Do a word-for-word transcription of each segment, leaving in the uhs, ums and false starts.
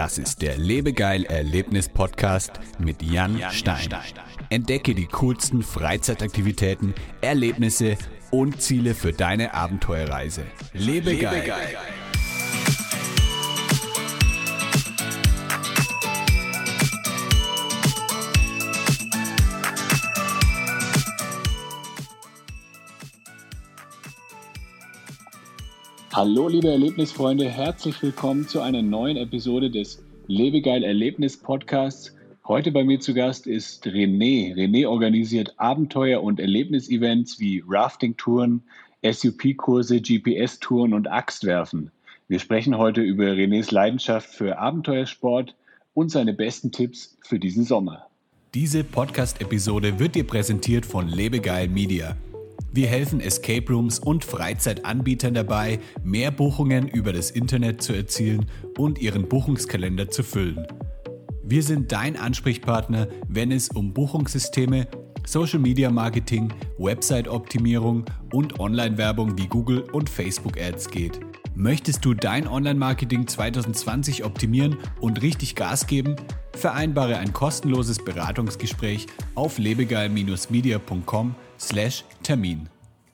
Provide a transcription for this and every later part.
Das ist der Lebegeil Erlebnis Podcast mit Jan Stein. Entdecke die coolsten Freizeitaktivitäten, Erlebnisse und Ziele für deine Abenteuerreise. Lebegeil. Lebegeil. Hallo liebe Erlebnisfreunde, herzlich willkommen zu einer neuen Episode des Lebegeil Erlebnis Podcasts. Heute bei mir zu Gast ist René. René organisiert Abenteuer- und Erlebnisevents wie Rafting-Touren, S U P-Kurse, G P S-Touren und Axtwerfen. Wir sprechen heute über Renés Leidenschaft für Abenteuersport und seine besten Tipps für diesen Sommer. Diese Podcast-Episode wird dir präsentiert von Lebegeil Media. Wir helfen Escape Rooms und Freizeitanbietern dabei, mehr Buchungen über das Internet zu erzielen und ihren Buchungskalender zu füllen. Wir sind dein Ansprechpartner, wenn es um Buchungssysteme, Social Media Marketing, Website-Optimierung und Online-Werbung wie Google und Facebook Ads geht. Möchtest du dein Online-Marketing zwanzig zwanzig optimieren und richtig Gas geben? Vereinbare ein kostenloses Beratungsgespräch auf lebegeil media punkt com slash Termin.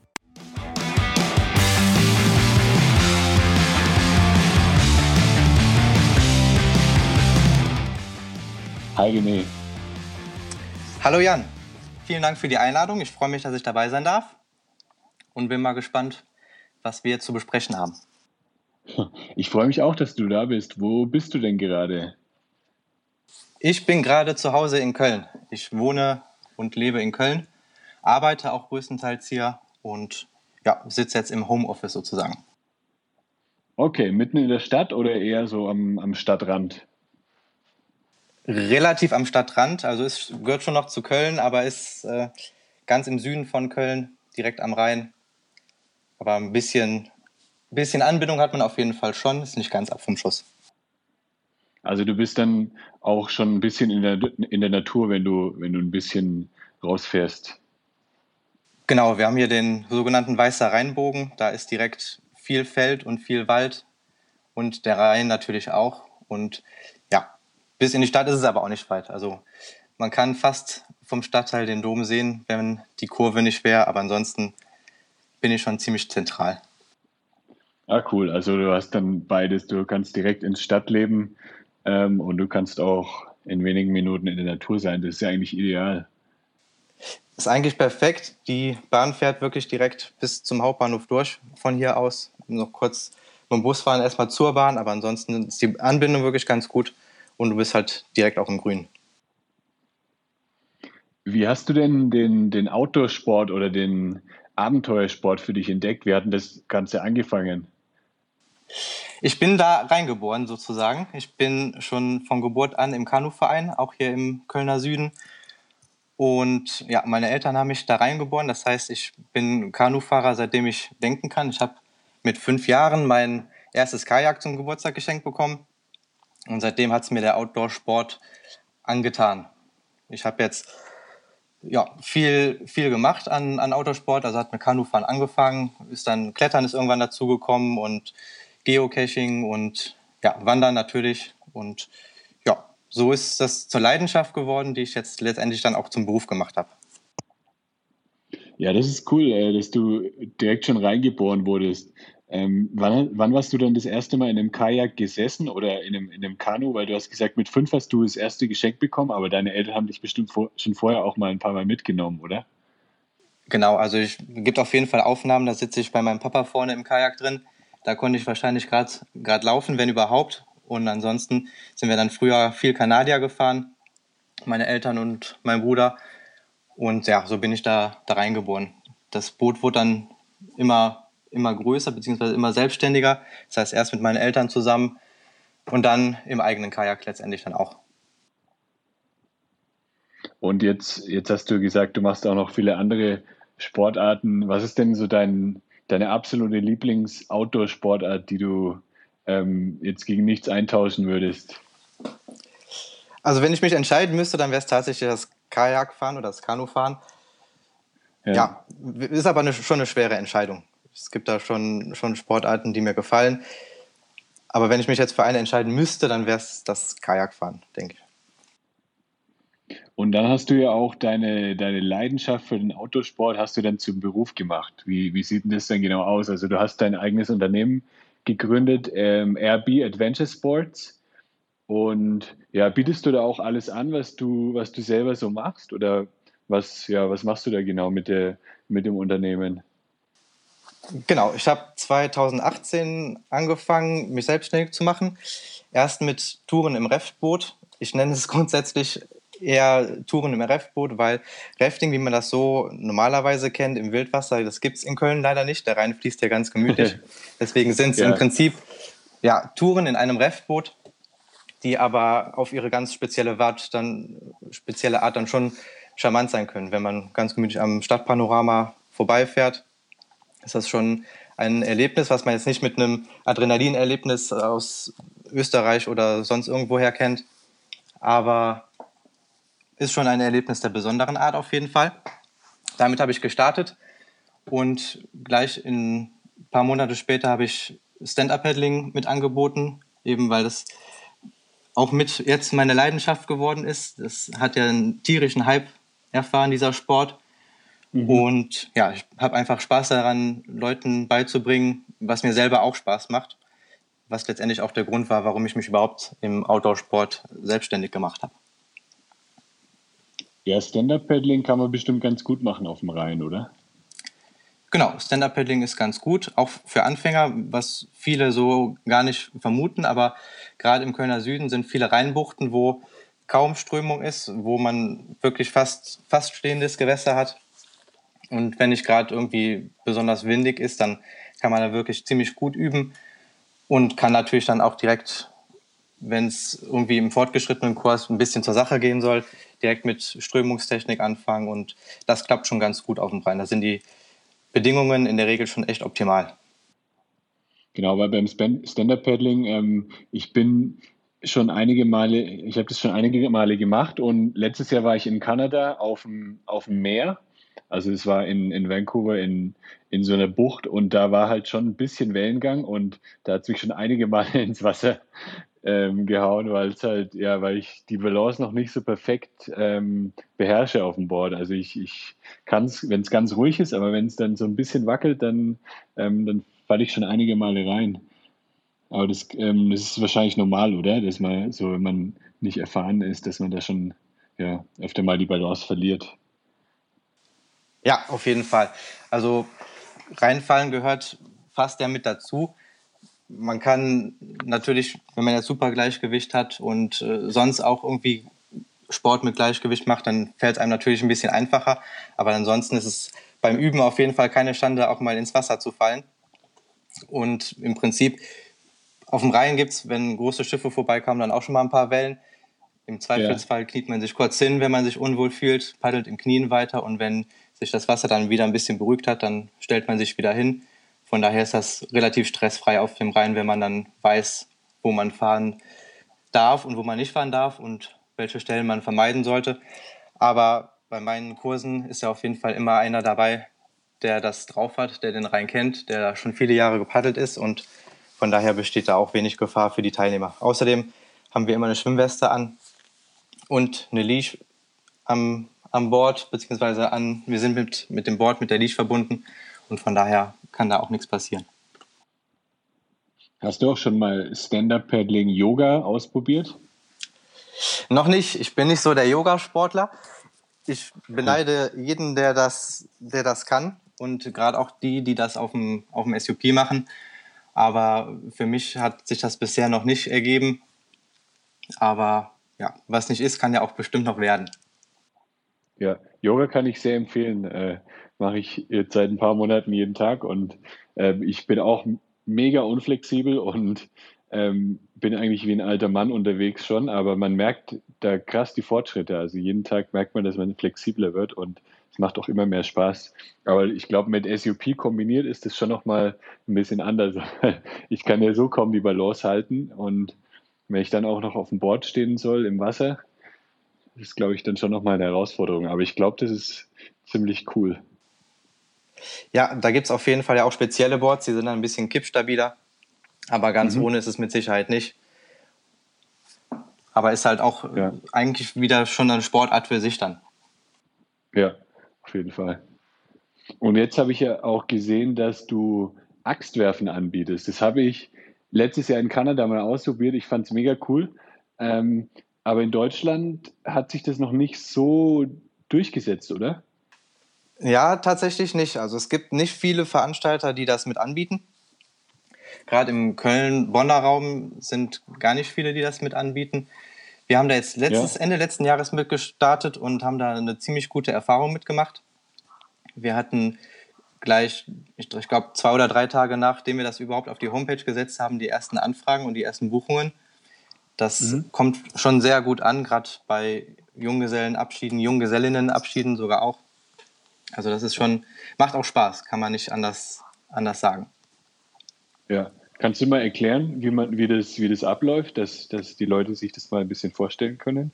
Hi René. Hallo Jan, vielen Dank für die Einladung. Ich freue mich, dass ich dabei sein darf und bin mal gespannt, was wir jetzt zu besprechen haben. Ich freue mich auch, dass du da bist. Wo bist du denn gerade? Ich bin gerade zu Hause in Köln. Ich wohne und lebe in Köln, arbeite auch größtenteils hier und ja, sitze jetzt im Homeoffice sozusagen. Okay, mitten in der Stadt oder eher so am, am Stadtrand? Relativ am Stadtrand, also es gehört schon noch zu Köln, aber ist äh, ganz im Süden von Köln, direkt am Rhein. Aber ein bisschen, bisschen Anbindung hat man auf jeden Fall schon, ist nicht ganz ab vom Schuss. Also du bist dann auch schon ein bisschen in der, in der Natur, wenn du, wenn du ein bisschen rausfährst. Genau, wir haben hier den sogenannten Weißer Rheinbogen. Da ist direkt viel Feld und viel Wald und der Rhein natürlich auch. Und ja, bis in die Stadt ist es aber auch nicht weit. Also man kann fast vom Stadtteil den Dom sehen, wenn die Kurve nicht wäre. Aber ansonsten bin ich schon ziemlich zentral. Ah, cool. Also du hast dann beides. Du kannst direkt ins Stadtleben ähm, und du kannst auch in wenigen Minuten in der Natur sein. Das ist ja eigentlich ideal. Ist eigentlich perfekt. Die Bahn fährt wirklich direkt bis zum Hauptbahnhof durch von hier aus. Noch kurz mit dem Bus fahren erstmal zur Bahn, aber ansonsten ist die Anbindung wirklich ganz gut und du bist halt direkt auch im Grün. Wie hast du denn den, den Outdoor-Sport oder den Abenteuersport für dich entdeckt? Wie hat denn das Ganze angefangen? Ich bin da reingeboren sozusagen. Ich bin schon von Geburt an im Kanuverein, auch hier im Kölner Süden. Und ja, meine Eltern haben mich da reingeboren. Das heißt, ich bin Kanufahrer, seitdem ich denken kann. Ich habe mit fünf Jahren mein erstes Kajak zum Geburtstag geschenkt bekommen. Und seitdem hat es mir der Outdoor-Sport angetan. Ich habe jetzt ja, viel, viel gemacht an, an Outdoor-Sport. Also hat mit Kanufahren angefangen, ist dann Klettern ist irgendwann dazugekommen und Geocaching und ja, Wandern natürlich. Und ja, so ist das zur Leidenschaft geworden, die ich jetzt letztendlich dann auch zum Beruf gemacht habe. Ja, das ist cool, äh, dass du direkt schon reingeboren wurdest. Ähm, wann, wann warst du dann das erste Mal in einem Kajak gesessen oder in einem, in einem Kanu? Weil du hast gesagt, mit fünf hast du das erste Geschenk bekommen, aber deine Eltern haben dich bestimmt vor, schon vorher auch mal ein paar Mal mitgenommen, oder? Genau, also es gibt auf jeden Fall Aufnahmen, da sitze ich bei meinem Papa vorne im Kajak drin. Da konnte ich wahrscheinlich gerade gerade laufen, wenn überhaupt. Und ansonsten sind wir dann früher viel Kanadier gefahren, meine Eltern und mein Bruder. Und ja, so bin ich da, da reingeboren. Das Boot wurde dann immer, immer größer, beziehungsweise immer selbstständiger. Das heißt, erst mit meinen Eltern zusammen und dann im eigenen Kajak letztendlich dann auch. Und jetzt, jetzt hast du gesagt, du machst auch noch viele andere Sportarten. Was ist denn so dein, deine absolute Lieblings-Outdoor-Sportart, die du ähm, jetzt gegen nichts eintauschen würdest? Also wenn ich mich entscheiden müsste, dann wäre es tatsächlich das Kajakfahren oder das Kanufahren. Ja, Ja, ist aber eine, schon eine schwere Entscheidung. Es gibt da schon, schon Sportarten, die mir gefallen. Aber wenn ich mich jetzt für eine entscheiden müsste, dann wäre es das Kajakfahren, denke ich. Und dann hast du ja auch deine, deine Leidenschaft für den Outdoor-Sport hast du dann zum Beruf gemacht. Wie, wie sieht denn das denn genau aus? Also du hast dein eigenes Unternehmen gegründet, ähm, R B Adventure Sports. Und ja, bietest du da auch alles an, was du, was du selber so machst? Oder was, ja, was machst du da genau mit der, mit dem Unternehmen? Genau, ich habe zwanzig achtzehn angefangen, mich selbstständig zu machen. Erst mit Touren im Raftboot. Ich nenne es grundsätzlich eher Touren im Raftboot, weil Rafting, wie man das so normalerweise kennt, im Wildwasser, das gibt es in Köln leider nicht. Der Rhein fließt ja ganz gemütlich. Deswegen sind es im Ja, Prinzip ja, Touren in einem Raftboot, die aber auf ihre ganz spezielle Art dann, spezielle Art dann schon charmant sein können. Wenn man ganz gemütlich am Stadtpanorama vorbeifährt, ist das schon ein Erlebnis, was man jetzt nicht mit einem Adrenalinerlebnis aus Österreich oder sonst irgendwoher kennt. Aber ist schon ein Erlebnis der besonderen Art auf jeden Fall. Damit habe ich gestartet und gleich in ein paar Monate später habe ich Stand-Up-Paddling mit angeboten, eben weil das auch mit jetzt meine Leidenschaft geworden ist. Das hat ja einen tierischen Hype erfahren, dieser Sport. mhm. Und ja, ich habe einfach Spaß daran, Leuten beizubringen, was mir selber auch Spaß macht, was letztendlich auch der Grund war, warum ich mich überhaupt im Outdoor-Sport selbstständig gemacht habe. Ja, Stand-Up-Paddling kann man bestimmt ganz gut machen auf dem Rhein, oder? Genau, Stand-Up-Paddling ist ganz gut, auch für Anfänger, was viele so gar nicht vermuten, aber gerade im Kölner Süden sind viele Rheinbuchten, wo kaum Strömung ist, wo man wirklich fast, fast stehendes Gewässer hat. Und wenn nicht gerade irgendwie besonders windig ist, dann kann man da wirklich ziemlich gut üben und kann natürlich dann auch direkt, wenn es irgendwie im fortgeschrittenen Kurs ein bisschen zur Sache gehen soll, direkt mit Strömungstechnik anfangen und das klappt schon ganz gut auf dem Rhein. Da sind die Bedingungen in der Regel schon echt optimal. Genau, weil beim Span- Stand-Up-Paddling, ähm, ich bin schon einige Male, ich habe das schon einige Male gemacht und letztes Jahr war ich in Kanada auf dem, auf dem Meer. Also es war in, in Vancouver in, in so einer Bucht und da war halt schon ein bisschen Wellengang und da hat es mich schon einige Male ins Wasser ähm, gehauen, weil es halt, ja, weil ich die Balance noch nicht so perfekt ähm, beherrsche auf dem Board. Also ich, ich kann es, wenn es ganz ruhig ist, aber wenn es dann so ein bisschen wackelt, dann, ähm, dann falle ich schon einige Male rein. Aber das, ähm, das ist wahrscheinlich normal, oder? Dass man so, wenn man nicht erfahren ist, dass man da schon ja, öfter mal die Balance verliert. Ja, auf jeden Fall. Also reinfallen gehört fast ja mit dazu. Man kann natürlich, wenn man jetzt super Gleichgewicht hat und äh, sonst auch irgendwie Sport mit Gleichgewicht macht, dann fällt es einem natürlich ein bisschen einfacher. Aber ansonsten ist es beim Üben auf jeden Fall keine Schande, auch mal ins Wasser zu fallen. Und im Prinzip auf dem Rhein gibt es, wenn große Schiffe vorbeikommen, dann auch schon mal ein paar Wellen. Im Ja, Zweifelsfall kniet man sich kurz hin, wenn man sich unwohl fühlt, paddelt im Knien weiter und wenn sich das Wasser dann wieder ein bisschen beruhigt hat, dann stellt man sich wieder hin. Von daher ist das relativ stressfrei auf dem Rhein, wenn man dann weiß, wo man fahren darf und wo man nicht fahren darf und welche Stellen man vermeiden sollte. Aber bei meinen Kursen ist ja auf jeden Fall immer einer dabei, der das drauf hat, der den Rhein kennt, der schon viele Jahre gepaddelt ist und von daher besteht da auch wenig Gefahr für die Teilnehmer. Außerdem haben wir immer eine Schwimmweste an und eine Leash am, am Board, beziehungsweise an, wir sind mit, mit dem Board, mit der Leash verbunden und von daher kann da auch nichts passieren. hast du auch schon mal Stand-Up-Paddling Yoga ausprobiert? Noch nicht, ich bin nicht so der Yogasportler. Ich beneide jeden, der das, der das kann und gerade auch die, die das auf dem, auf dem S U P machen. Aber für mich hat sich das bisher noch nicht ergeben. Aber ja, was nicht ist, kann ja auch bestimmt noch werden. Ja, Yoga kann ich sehr empfehlen. Äh, mache ich jetzt seit ein paar Monaten jeden Tag und ähm, ich bin auch mega unflexibel und ähm, bin eigentlich wie ein alter Mann unterwegs schon, aber man merkt da krass die Fortschritte. Also jeden Tag merkt man, dass man flexibler wird und es macht auch immer mehr Spaß. Aber ich glaube, mit S U P kombiniert ist es schon nochmal ein bisschen anders. Ich kann ja so kaum die Balance halten und wenn ich dann auch noch auf dem Board stehen soll im Wasser, ist, glaube ich, dann schon nochmal eine Herausforderung. Aber ich glaube, das ist ziemlich cool. Ja, da gibt es auf jeden Fall ja auch spezielle Boards, die sind dann ein bisschen kippstabiler. Aber ganz Mhm. ohne ist es mit Sicherheit nicht. Aber ist halt auch Ja. eigentlich wieder schon eine Sportart für sich dann. Ja, auf jeden Fall. Und jetzt habe ich ja auch gesehen, dass du Axtwerfen anbietest. Das habe ich letztes Jahr in Kanada mal ausprobiert. Ich fand es mega cool. Ähm, aber in Deutschland hat sich das noch nicht so durchgesetzt, oder? Ja, tatsächlich nicht. Also es gibt nicht viele Veranstalter, die das mit anbieten. Gerade im Köln-Bonner Raum sind gar nicht viele, die das mit anbieten. Wir haben da jetzt letztes, Ja. Ende letzten Jahres mit gestartet und haben da eine ziemlich gute Erfahrung mitgemacht. Wir hatten gleich, ich, ich glaube, zwei oder drei Tage nachdem wir das überhaupt auf die Homepage gesetzt haben, die ersten Anfragen und die ersten Buchungen. Das Mhm. kommt schon sehr gut an, gerade bei Junggesellenabschieden, Junggesellinnenabschieden sogar auch. Also das ist schon, macht auch Spaß, kann man nicht anders, anders sagen. Ja. Kannst du mal erklären, wie man, wie das, wie das abläuft, dass, dass die Leute sich das mal ein bisschen vorstellen können?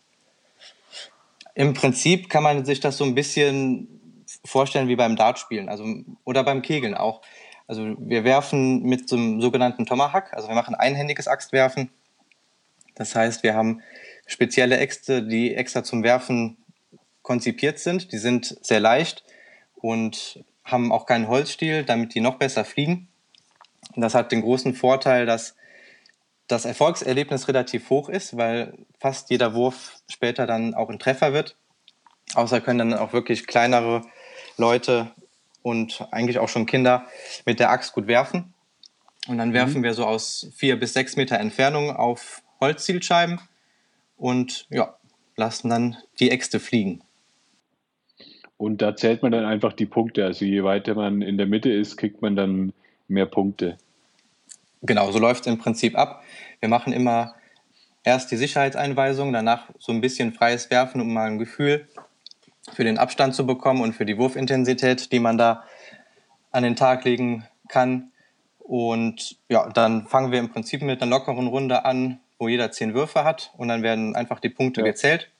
Im Prinzip kann man sich das so ein bisschen vorstellen wie beim Dartspielen, also, oder beim Kegeln auch. Also wir werfen mit so einem sogenannten Tomahawk, also wir machen einhändiges Axtwerfen. Das heißt, wir haben spezielle Äxte, die extra zum Werfen konzipiert sind. Die sind sehr leicht und haben auch keinen Holzstiel, damit die noch besser fliegen. Und das hat den großen Vorteil, dass das Erfolgserlebnis relativ hoch ist, weil fast jeder Wurf später dann auch ein Treffer wird. Außer können dann auch wirklich kleinere Leute und eigentlich auch schon Kinder mit der Axt gut werfen. Und dann werfen Mhm. wir so aus vier bis sechs Meter Entfernung auf Holzzielscheiben und ja, lassen dann die Äxte fliegen. Und da zählt man dann einfach die Punkte. Also je weiter man in der Mitte ist, kriegt man dann mehr Punkte. Genau, so läuft es im Prinzip ab. Wir machen immer erst die Sicherheitseinweisung, danach so ein bisschen freies Werfen, um mal ein Gefühl für den Abstand zu bekommen und für die Wurfintensität, die man da an den Tag legen kann. Und ja, dann fangen wir im Prinzip mit einer lockeren Runde an, wo jeder zehn Würfe hat und dann werden einfach die Punkte Ja. gezählt.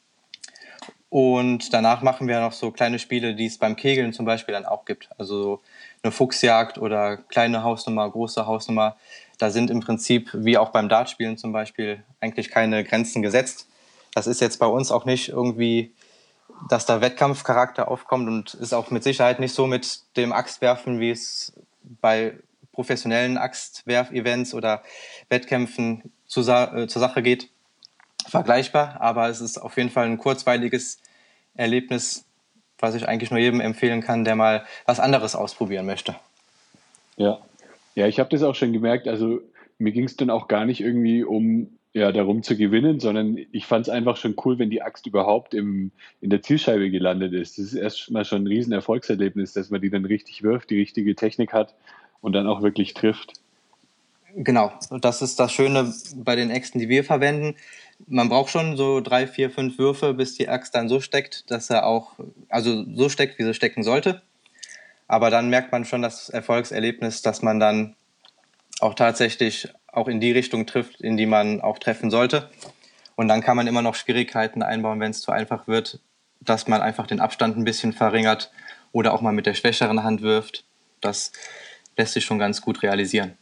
Und danach machen wir noch so kleine Spiele, die es beim Kegeln zum Beispiel dann auch gibt. Also eine Fuchsjagd oder kleine Hausnummer, große Hausnummer. Da sind im Prinzip, wie auch beim Dartspielen zum Beispiel, eigentlich keine Grenzen gesetzt. Das ist jetzt bei uns auch nicht irgendwie, dass da Wettkampfcharakter aufkommt und ist auch mit Sicherheit nicht so mit dem Axtwerfen, wie es bei professionellen Axtwerf-Events oder Wettkämpfen zur, Sa- äh, zur Sache geht, vergleichbar. Aber es ist auf jeden Fall ein kurzweiliges Erlebnis, was ich eigentlich nur jedem empfehlen kann, der mal was anderes ausprobieren möchte. Ja, ja, ich habe das auch schon gemerkt. Also mir ging es dann auch gar nicht irgendwie um ja, darum zu gewinnen, sondern ich fand es einfach schon cool, wenn die Axt überhaupt im, in der Zielscheibe gelandet ist. Das ist erstmal schon ein riesen Erfolgserlebnis, dass man die dann richtig wirft, die richtige Technik hat und dann auch wirklich trifft. Genau, das ist das Schöne bei den Äxten, die wir verwenden. Man braucht schon so drei, vier, fünf Würfe, bis die Axt dann so steckt, dass er auch, also so steckt, wie sie stecken sollte. Aber dann merkt man schon das Erfolgserlebnis, dass man dann auch tatsächlich auch in die Richtung trifft, in die man auch treffen sollte. Und dann kann man immer noch Schwierigkeiten einbauen, wenn es zu einfach wird, dass man einfach den Abstand ein bisschen verringert oder auch mal mit der schwächeren Hand wirft. Das lässt sich schon ganz gut realisieren.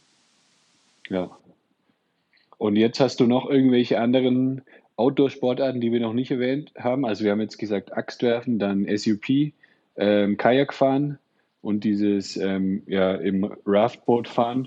Ja. Und jetzt hast du noch irgendwelche anderen Outdoor-Sportarten, die wir noch nicht erwähnt haben. Also wir haben jetzt gesagt Axtwerfen, dann S U P, ähm, Kajakfahren und dieses ähm, ja, im Raftboot fahren.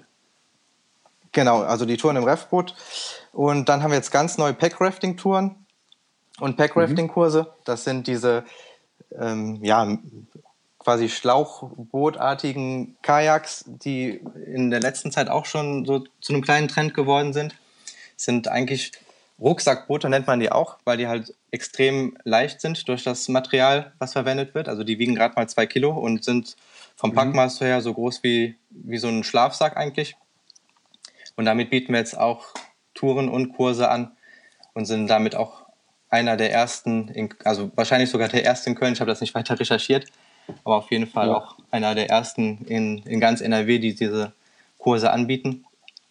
Genau, also die Touren im Raftboot. Und dann haben wir jetzt ganz neue Packrafting-Touren und Packrafting-Kurse. Das sind diese ähm, ja, quasi schlauchbootartigen Kajaks, die in der letzten Zeit auch schon so zu einem kleinen Trend geworden sind. Sind eigentlich Rucksackboote, nennt man die auch, weil die halt extrem leicht sind durch das Material, was verwendet wird. Also die wiegen gerade mal zwei Kilo und sind vom Mhm. Packmaß her so groß wie, wie so ein Schlafsack eigentlich. Und damit bieten wir jetzt auch Touren und Kurse an und sind damit auch einer der ersten, in, also wahrscheinlich sogar der erste in Köln, ich habe das nicht weiter recherchiert, aber auf jeden Fall Ja. auch einer der ersten in, in ganz N R W, die diese Kurse anbieten.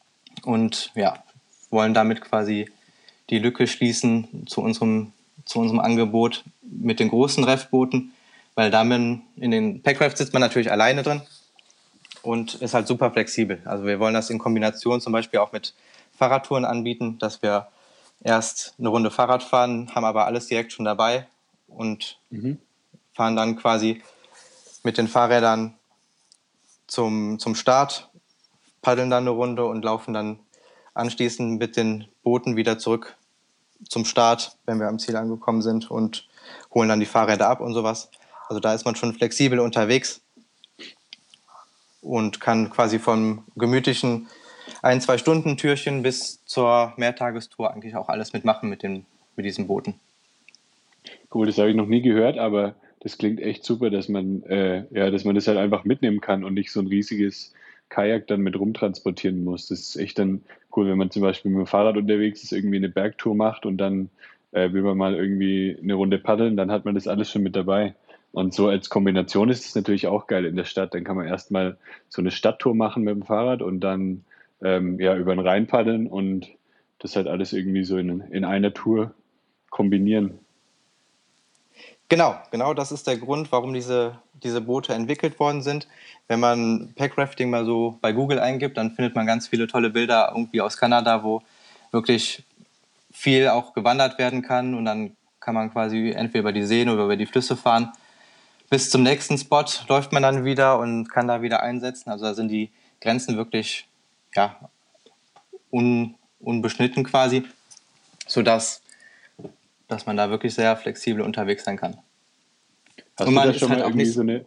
Und ja, wollen damit quasi die Lücke schließen zu unserem, zu unserem Angebot mit den großen Raftbooten, weil damit in den Packraft sitzt man natürlich alleine drin. und ist halt super flexibel. Also wir wollen das in Kombination zum Beispiel auch mit Fahrradtouren anbieten, dass wir erst eine Runde Fahrrad fahren, haben aber alles direkt schon dabei und mhm. fahren dann quasi mit den Fahrrädern zum, zum Start, paddeln dann eine Runde und laufen dann anschließend mit den Booten wieder zurück zum Start, wenn wir am Ziel angekommen sind und holen dann die Fahrräder ab und sowas. Also da ist man schon flexibel unterwegs und kann quasi vom gemütlichen ein-, zwei Stunden Türchen bis zur Mehrtagestour eigentlich auch alles mitmachen mit, den, mit diesen Booten. Cool, das habe ich noch nie gehört, aber das klingt echt super, dass man, äh, ja, dass man das halt einfach mitnehmen kann und nicht so ein riesiges Kajak dann mit rumtransportieren muss. Das ist echt dann cool, wenn man zum Beispiel mit dem Fahrrad unterwegs ist, irgendwie eine Bergtour macht und dann äh, will man mal irgendwie eine Runde paddeln, dann hat man das alles schon mit dabei. Und so als Kombination ist es natürlich auch geil in der Stadt. Dann kann man erstmal so eine Stadttour machen mit dem Fahrrad und dann ähm, ja, über den Rhein paddeln und das halt alles irgendwie so in, in einer Tour kombinieren. Genau, genau das ist der Grund, warum diese, diese Boote entwickelt worden sind. Wenn man Packrafting mal so bei Google eingibt, dann findet man ganz viele tolle Bilder irgendwie aus Kanada, wo wirklich viel auch gewandert werden kann und dann kann man quasi entweder über die Seen oder über die Flüsse fahren. Bis zum nächsten Spot läuft man dann wieder und kann da wieder einsetzen. Also da sind die Grenzen wirklich ja, un, unbeschnitten quasi, sodass dass man da wirklich sehr flexibel unterwegs sein kann. Hast und man du da schon halt mal irgendwie nicht, so eine...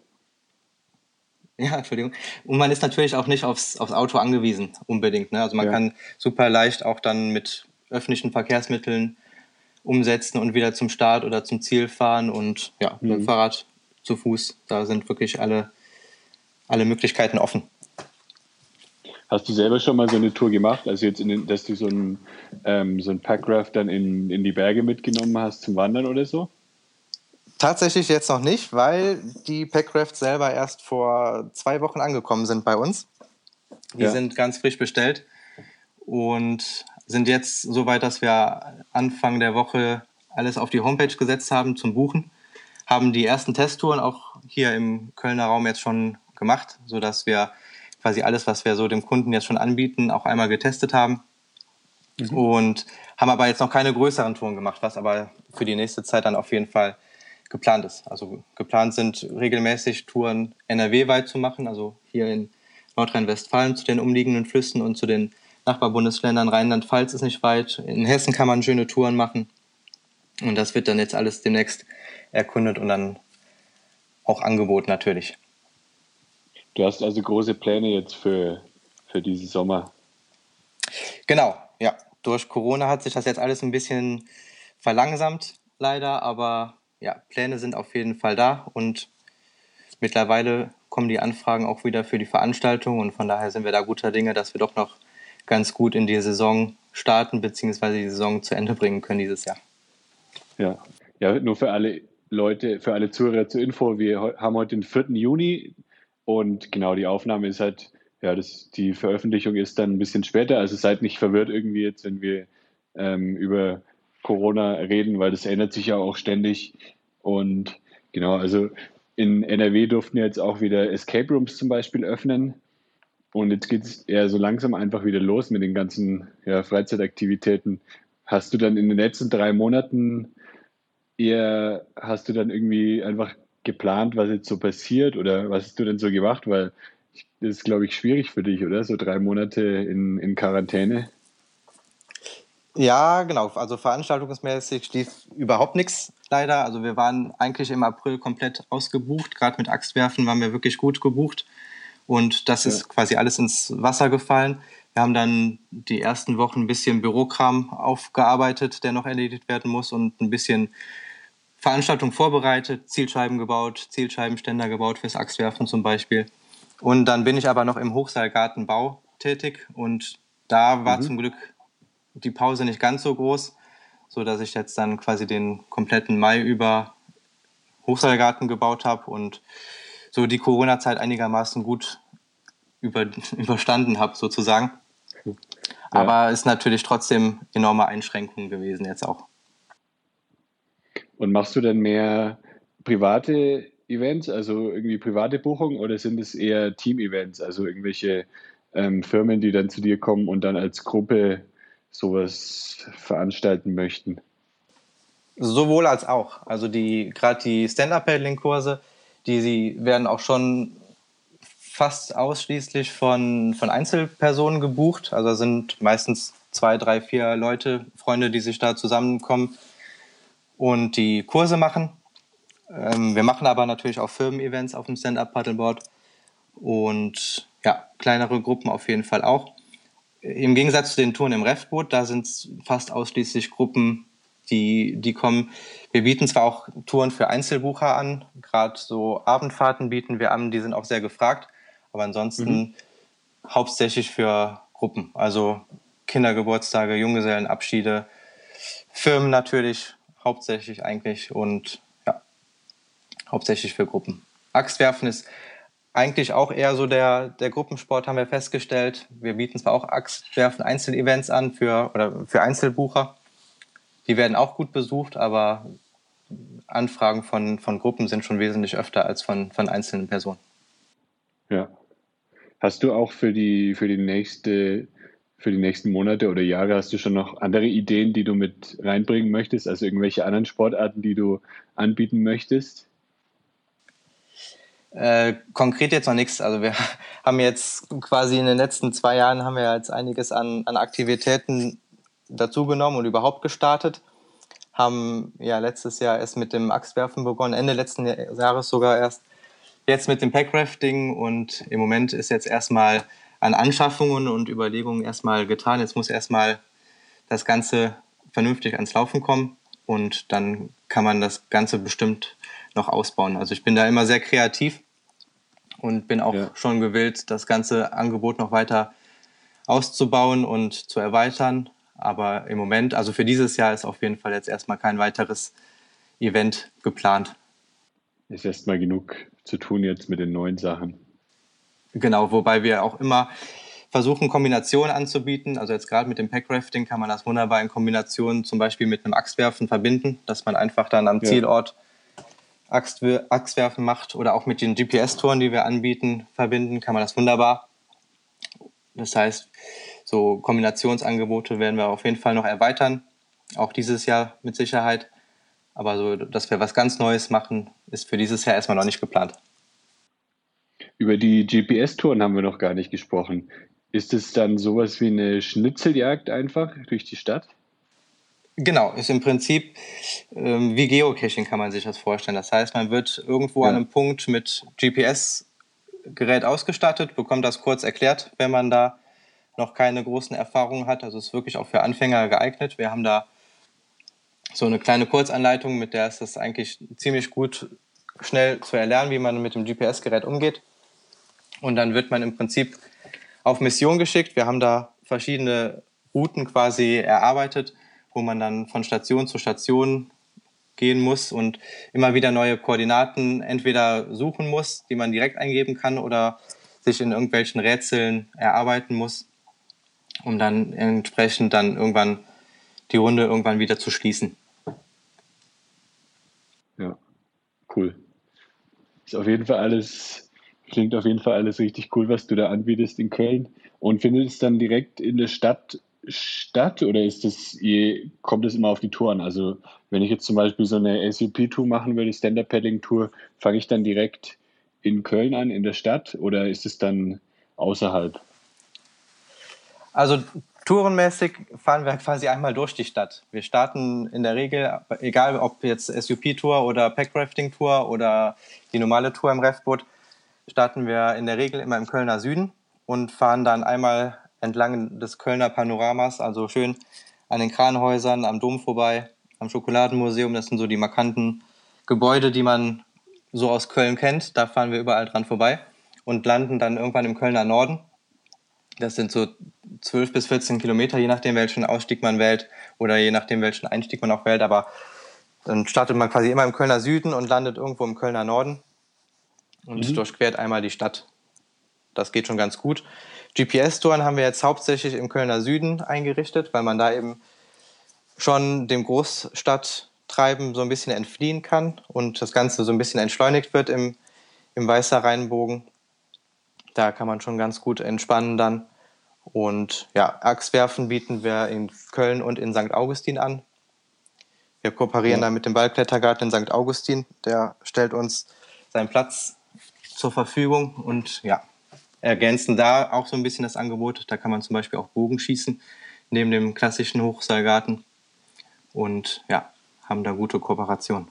Ja, Entschuldigung. Und man ist natürlich auch nicht aufs, aufs Auto angewiesen, unbedingt. Ne? Also man ja. kann super leicht auch dann mit öffentlichen Verkehrsmitteln umsetzen und wieder zum Start oder zum Ziel fahren und ja, mhm. mit dem Fahrrad, zu Fuß. Da sind wirklich alle, alle Möglichkeiten offen. Hast du selber schon mal so eine Tour gemacht? Also jetzt, in den, dass du so ein, ähm, so ein Packraft dann in, in die Berge mitgenommen hast zum Wandern oder so? Tatsächlich jetzt noch nicht, weil die Packrafts selber erst vor zwei Wochen angekommen sind bei uns. Die ja. sind ganz frisch bestellt und sind jetzt so weit, dass wir Anfang der Woche alles auf die Homepage gesetzt haben zum Buchen. Haben die ersten Testtouren auch hier im Kölner Raum jetzt schon gemacht, sodass wir quasi alles, was wir so dem Kunden jetzt schon anbieten, auch einmal getestet haben. Mhm. Und haben aber jetzt noch keine größeren Touren gemacht, was aber für die nächste Zeit dann auf jeden Fall geplant ist. Also geplant sind regelmäßig Touren N R W-weit zu machen, also hier in Nordrhein-Westfalen zu den umliegenden Flüssen und zu den Nachbarbundesländern. Rheinland-Pfalz ist nicht weit, in Hessen kann man schöne Touren machen. Und das wird dann jetzt alles demnächst erkundet und dann auch angeboten natürlich. Du hast also große Pläne jetzt für, für diesen Sommer. Genau, ja. Durch Corona hat sich das jetzt alles ein bisschen verlangsamt, leider, aber ja, Pläne sind auf jeden Fall da und mittlerweile kommen die Anfragen auch wieder für die Veranstaltung und von daher sind wir da guter Dinge, dass wir doch noch ganz gut in die Saison starten bzw. die Saison zu Ende bringen können dieses Jahr. Ja, ja, nur für alle Leute, für alle Zuhörer zur Info, wir haben heute den vierten Juni und genau, die Aufnahme ist halt, ja, das, die Veröffentlichung ist dann ein bisschen später, also seid nicht verwirrt irgendwie jetzt, wenn wir ähm, über Corona reden, weil das ändert sich ja auch ständig und genau, also in N R W durften jetzt auch wieder Escape Rooms zum Beispiel öffnen und jetzt geht es eher so langsam einfach wieder los mit den ganzen ja, Freizeitaktivitäten. Hast du dann in den letzten drei Monaten eher, hast du dann irgendwie einfach geplant, was jetzt so passiert oder was hast du denn so gemacht? Weil das ist, glaube ich, schwierig für dich, oder? So drei Monate in, in Quarantäne. Ja, genau. Also veranstaltungsmäßig lief überhaupt nichts, leider. Also wir waren eigentlich im April komplett ausgebucht. Gerade mit Axtwerfen waren wir wirklich gut gebucht. Und das ja. ist quasi alles ins Wasser gefallen. Wir haben dann die ersten Wochen ein bisschen Bürokram aufgearbeitet, der noch erledigt werden muss und ein bisschen Veranstaltung vorbereitet, Zielscheiben gebaut, Zielscheibenständer gebaut fürs Axtwerfen zum Beispiel. Und dann bin ich aber noch im Hochseilgartenbau tätig und da war mhm. zum Glück die Pause nicht ganz so groß, sodass ich jetzt dann quasi den kompletten Mai über Hochseilgarten gebaut habe und so die Corona-Zeit einigermaßen gut über, überstanden habe sozusagen. Ja. Aber es ist natürlich trotzdem enorme Einschränkungen gewesen jetzt auch. Und machst du dann mehr private Events, also irgendwie private Buchungen, oder sind es eher Team-Events, also irgendwelche ähm, Firmen, die dann zu dir kommen und dann als Gruppe sowas veranstalten möchten? Sowohl als auch. Also die gerade die Stand-Up-Paddling-Kurse, die sie werden auch schon fast ausschließlich von, von Einzelpersonen gebucht. Also sind meistens zwei, drei, vier Leute, Freunde, die sich da zusammenkommen und die Kurse machen. Ähm, wir machen aber natürlich auch Firmen-Events auf dem Stand-Up-Paddleboard und ja, kleinere Gruppen auf jeden Fall auch. Im Gegensatz zu den Touren im Refboot, da sind es fast ausschließlich Gruppen, die, die kommen. Wir bieten zwar auch Touren für Einzelbucher an, gerade so Abendfahrten bieten wir an, die sind auch sehr gefragt, aber ansonsten Mhm. hauptsächlich für Gruppen, also Kindergeburtstage, Junggesellenabschiede, Firmen natürlich, hauptsächlich eigentlich und ja, hauptsächlich für Gruppen. Axtwerfen ist eigentlich auch eher so der, der Gruppensport, haben wir festgestellt. Wir bieten zwar auch Axtwerfen Einzelevents an für, oder für Einzelbucher. Die werden auch gut besucht, aber Anfragen von, von Gruppen sind schon wesentlich öfter als von, von einzelnen Personen. Ja. Hast du auch für die, für die nächste, für die nächsten Monate oder Jahre, hast du schon noch andere Ideen, die du mit reinbringen möchtest? Also irgendwelche anderen Sportarten, die du anbieten möchtest? Äh, konkret jetzt noch nichts. Also wir haben jetzt quasi in den letzten zwei Jahren haben wir jetzt einiges an, an Aktivitäten dazugenommen und überhaupt gestartet. Haben ja letztes Jahr erst mit dem Axtwerfen begonnen, Ende letzten Jahres sogar erst. Jetzt mit dem Packrafting und im Moment ist jetzt erstmal an Anschaffungen und Überlegungen erstmal getan. Jetzt muss erstmal das Ganze vernünftig ans Laufen kommen und dann kann man das Ganze bestimmt noch ausbauen. Also ich bin da immer sehr kreativ und bin auch Ja. schon gewillt, das ganze Angebot noch weiter auszubauen und zu erweitern. Aber im Moment, also für dieses Jahr ist auf jeden Fall jetzt erstmal kein weiteres Event geplant. Ist erstmal genug zu tun jetzt mit den neuen Sachen. Genau, wobei wir auch immer versuchen, Kombinationen anzubieten. Also jetzt gerade mit dem Packrafting kann man das wunderbar in Kombination zum Beispiel mit einem Axtwerfen verbinden, dass man einfach dann am Ja. Zielort Axtwer- Axtwerfen macht oder auch mit den G P S-Touren, die wir anbieten, verbinden, kann man das wunderbar. Das heißt, so Kombinationsangebote werden wir auf jeden Fall noch erweitern, auch dieses Jahr mit Sicherheit. Aber so, dass wir was ganz Neues machen, ist für dieses Jahr erstmal noch nicht geplant. Über die G P S-Touren haben wir noch gar nicht gesprochen. Ist es dann sowas wie eine Schnitzeljagd einfach durch die Stadt? Genau, ist im Prinzip ähm, wie Geocaching kann man sich das vorstellen. Das heißt, man wird irgendwo Ja. an einem Punkt mit G P S-Gerät ausgestattet, bekommt das kurz erklärt, wenn man da noch keine großen Erfahrungen hat. Also es ist wirklich auch für Anfänger geeignet. Wir haben da so eine kleine Kurzanleitung, mit der ist das eigentlich ziemlich gut schnell zu erlernen, wie man mit dem G P S-Gerät umgeht. Und dann wird man im Prinzip auf Mission geschickt. Wir haben da verschiedene Routen quasi erarbeitet, wo man dann von Station zu Station gehen muss und immer wieder neue Koordinaten entweder suchen muss, die man direkt eingeben kann, oder sich in irgendwelchen Rätseln erarbeiten muss, um dann entsprechend dann irgendwann die Runde irgendwann wieder zu schließen. Ja, cool. Ist auf jeden Fall alles, klingt auf jeden Fall alles richtig cool, was du da anbietest in Köln. Und findet es dann direkt in der Stadt statt oder ist das, je, kommt es immer auf die Tour an? Also wenn ich jetzt zum Beispiel so eine S U P-Tour machen würde, Stand-Up-Paddling-Tour, fange ich dann direkt in Köln an, in der Stadt, oder ist es dann außerhalb? Also tourenmäßig fahren wir quasi einmal durch die Stadt. Wir starten in der Regel, egal ob jetzt S U P-Tour oder Packrafting-Tour oder die normale Tour im Refboot, starten wir in der Regel immer im Kölner Süden und fahren dann einmal entlang des Kölner Panoramas, also schön an den Kranhäusern, am Dom vorbei, am Schokoladenmuseum. Das sind so die markanten Gebäude, die man so aus Köln kennt. Da fahren wir überall dran vorbei und landen dann irgendwann im Kölner Norden. Das sind so zwölf bis vierzehn Kilometer, je nachdem, welchen Ausstieg man wählt oder je nachdem, welchen Einstieg man auch wählt. Aber dann startet man quasi immer im Kölner Süden und landet irgendwo im Kölner Norden und Mhm. durchquert einmal die Stadt. Das geht schon ganz gut. G P S-Touren haben wir jetzt hauptsächlich im Kölner Süden eingerichtet, weil man da eben schon dem Großstadt Alltagstreiben so ein bisschen entfliehen kann und das Ganze so ein bisschen entschleunigt wird im, im Weißer Rheinbogen. Da kann man schon ganz gut entspannen dann. Und ja, Axtwerfen bieten wir in Köln und in Sankt Augustin an. Wir kooperieren ja. da mit dem Waldklettergarten in Sankt Augustin. Der stellt uns seinen Platz zur Verfügung und ja, ergänzen da auch so ein bisschen das Angebot. Da kann man zum Beispiel auch Bogenschießen neben dem klassischen Hochseilgarten und ja, haben da gute Kooperation.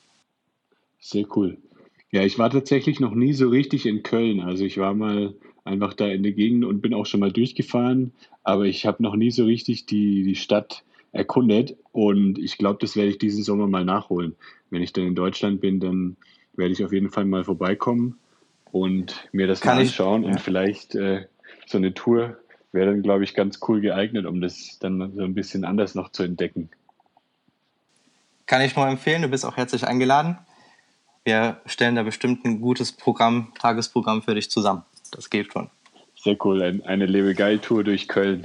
Sehr cool. Ja, ich war tatsächlich noch nie so richtig in Köln. Also ich war mal einfach da in der Gegend und bin auch schon mal durchgefahren, aber ich habe noch nie so richtig die, die Stadt erkundet und ich glaube, das werde ich diesen Sommer mal nachholen. Wenn ich dann in Deutschland bin, dann werde ich auf jeden Fall mal vorbeikommen und mir das Kann mal anschauen ich, ja. und vielleicht äh, so eine Tour wäre dann, glaube ich, ganz cool geeignet, um das dann so ein bisschen anders noch zu entdecken. Kann ich nur empfehlen, du bist auch herzlich eingeladen. Wir stellen da bestimmt ein gutes Programm, Tagesprogramm für dich zusammen. Das geht schon. Sehr cool, ein, eine Lebegeil-Tour durch Köln.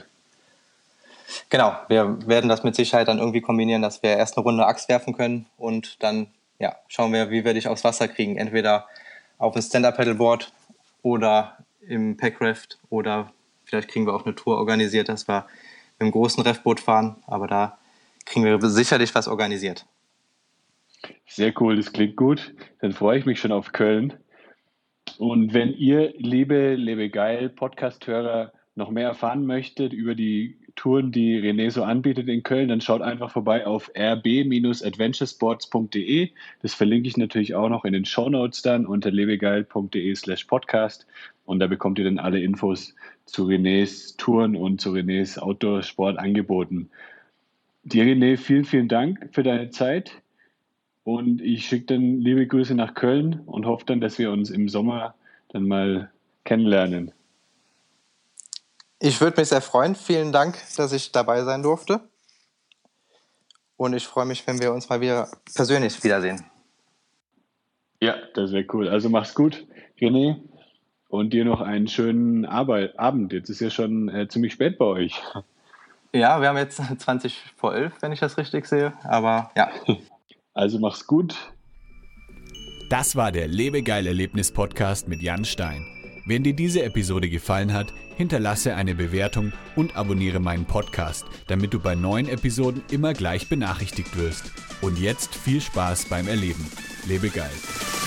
Genau, wir werden das mit Sicherheit dann irgendwie kombinieren, dass wir erst eine Runde Axt werfen können und dann ja, schauen wir, wie wir dich aufs Wasser kriegen. Entweder auf dem Stand-Up-Paddleboard oder im Packraft oder vielleicht kriegen wir auch eine Tour organisiert, dass wir mit einem großen Reffboot fahren, aber da kriegen wir sicherlich was organisiert. Sehr cool, das klingt gut. Dann freue ich mich schon auf Köln. Und wenn ihr, liebe Lebegeil-Podcast-Hörer, noch mehr erfahren möchtet über die Touren, die René so anbietet in Köln, dann schaut einfach vorbei auf r b adventuresports punkt d e. Das verlinke ich natürlich auch noch in den Shownotes dann unter lebegeil punkt d e slash podcast. Und da bekommt ihr dann alle Infos zu Renés Touren und zu Renés Outdoor-Sportangeboten. Dir, René, vielen, vielen Dank für deine Zeit. Und ich schicke dann liebe Grüße nach Köln und hoffe dann, dass wir uns im Sommer dann mal kennenlernen. Ich würde mich sehr freuen. Vielen Dank, dass ich dabei sein durfte. Und ich freue mich, wenn wir uns mal wieder persönlich wiedersehen. Ja, das wäre cool. Also mach's gut, René. Und dir noch einen schönen Arbeit- Abend. Jetzt ist ja schon äh, ziemlich spät bei euch. Ja, wir haben jetzt zwanzig vor elf, wenn ich das richtig sehe. Aber ja. Also mach's gut. Das war der Lebegeil-Erlebnis-Podcast mit Jan Stein. Wenn dir diese Episode gefallen hat, hinterlasse eine Bewertung und abonniere meinen Podcast, damit du bei neuen Episoden immer gleich benachrichtigt wirst. Und jetzt viel Spaß beim Erleben. Lebe geil.